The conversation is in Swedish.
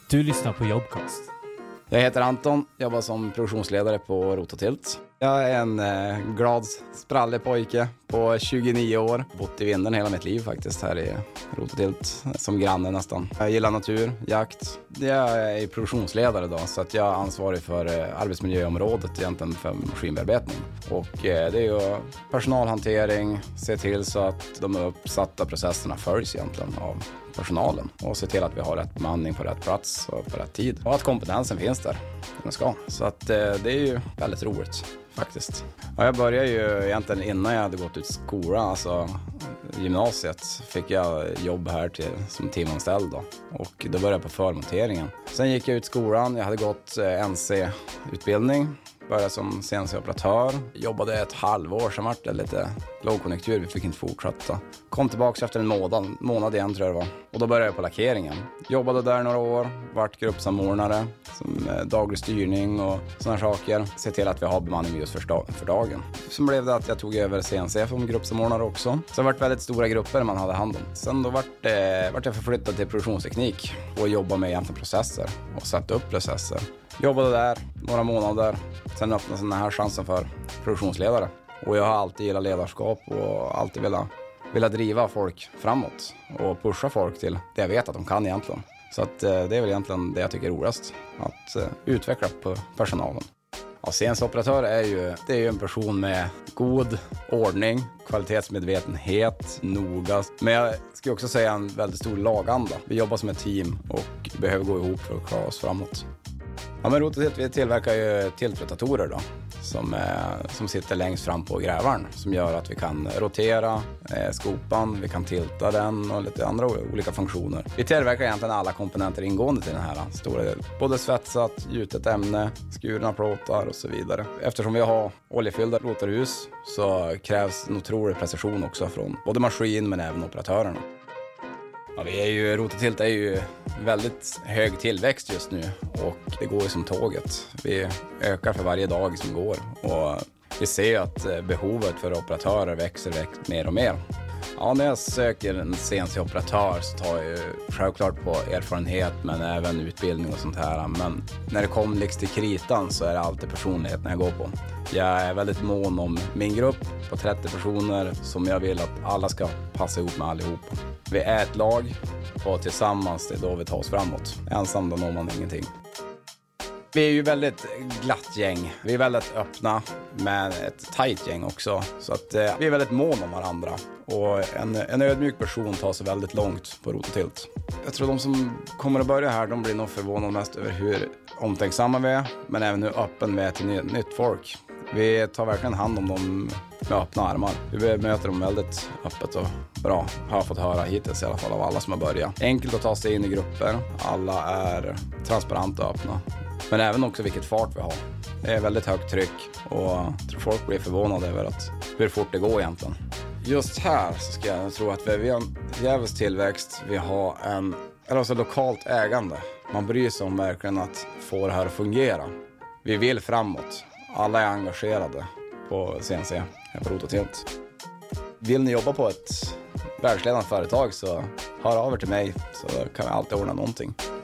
Du lyssnar på Jobcast. Jag heter Anton, jobbar som produktionsledare på Rototilt. Jag är en glad, sprallig pojke på 29 år. Bott i Vinden hela mitt liv faktiskt här i Rototilt, som granne nästan. Jag gillar natur, jakt. Jag är produktionsledare då, så att jag är ansvarig för arbetsmiljöområdet egentligen för maskinbearbetning. Och det är ju personalhantering, se till så att de uppsatta processerna följs egentligen av personalen. Och se till att vi har rätt bemanning på rätt plats och på rätt tid. Och att kompetensen finns där den ska. Så att det är ju väldigt roligt faktiskt. Ja, jag började ju egentligen innan jag hade gått ut skolan, alltså gymnasiet, fick jag jobb här som timanställd då. Och då började jag på förmonteringen. Sen gick jag ut skolan, jag hade gått NC-utbildning. Började som CNC-operatör. Jobbade ett halvår, sen var det lite lågkonjunktur. Vi fick inte fortsätta. Kom tillbaka efter en månad igen tror jag det var. Och då började jag på lackeringen. Jobbade där några år. Vart gruppsamordnare. Som daglig styrning och sådana saker. Se till att vi har bemanning just för dagen. Sen blev det att jag tog över CNC som gruppsamordnare också. Så det var väldigt stora grupper man hade hand om. Sen då vart jag förflyttad till produktionsteknik. Och jobbade med egentligen processer. Och satte upp processer. Jobbade där några månader. Sen öppnade den här chansen för produktionsledare. Och jag har alltid gillat ledarskap och alltid velat driva folk framåt. Och pusha folk till det jag vet att de kan egentligen. Så att det är väl egentligen det jag tycker är roligast. Att utveckla på personalen. Ja, CNC-operatör är ju en person med god ordning, kvalitetsmedvetenhet, noga. Men jag ska också säga en väldigt stor laganda. Vi jobbar som ett team och behöver gå ihop för att klara oss framåt. Ja, men Rototilt, vi tillverkar ju tiltrotatorer då, som sitter längst fram på grävaren, som gör att vi kan rotera skopan, vi kan tilta den och lite andra olika funktioner. Vi tillverkar egentligen alla komponenter ingående till den här stora del. Både svetsat, gjutet ämne, skurna plåtar och så vidare. Eftersom vi har oljefyllda rotorhus så krävs en otrolig precision också från både maskin men även operatörerna. Ja, Rototilt är ju väldigt hög tillväxt just nu och det går ju som tåget. Vi ökar för varje dag som går och vi ser att behovet för operatörer växer mer och mer. Ja, när jag söker en CNC-operatör så tar jag ju självklart på erfarenhet men även utbildning och sånt här. Men när det kommer liksom till kritan så är det alltid personligheten jag går på. Jag är väldigt mån om min grupp på 30 personer som jag vill att alla ska passa ihop med allihop. Vi är ett lag och tillsammans det är då vi tar oss framåt. Ensam då når man ingenting. Vi är ju väldigt glatt gäng. Vi är väldigt öppna med ett tajt gäng också. Så att vi är väldigt mån om varandra. Och en ödmjuk person tar sig väldigt långt på Rototilt. Jag tror de som kommer att börja här, de blir nog förvånade mest över hur omtänksamma vi är. Men även hur öppen vi är till nytt folk. Vi tar verkligen hand om dem med öppna armar. Vi möter dem väldigt öppet och bra. Har jag fått höra hittills i alla fall av alla som har börjat. Enkelt att ta sig in i grupper. Alla är transparenta och öppna. Men även också vilket fart vi har. Det är väldigt högt tryck och jag tror folk blir förvånade över hur fort det går egentligen. Just här så ska jag tro att vi har en jävligt tillväxt. Vi har alltså lokalt ägande. Man bryr sig om verkligen att få det här att fungera. Vi vill framåt. Alla är engagerade på CNC här på Rototilt. Vill ni jobba på ett världsledande företag så hör av er till mig så kan vi alltid ordna någonting.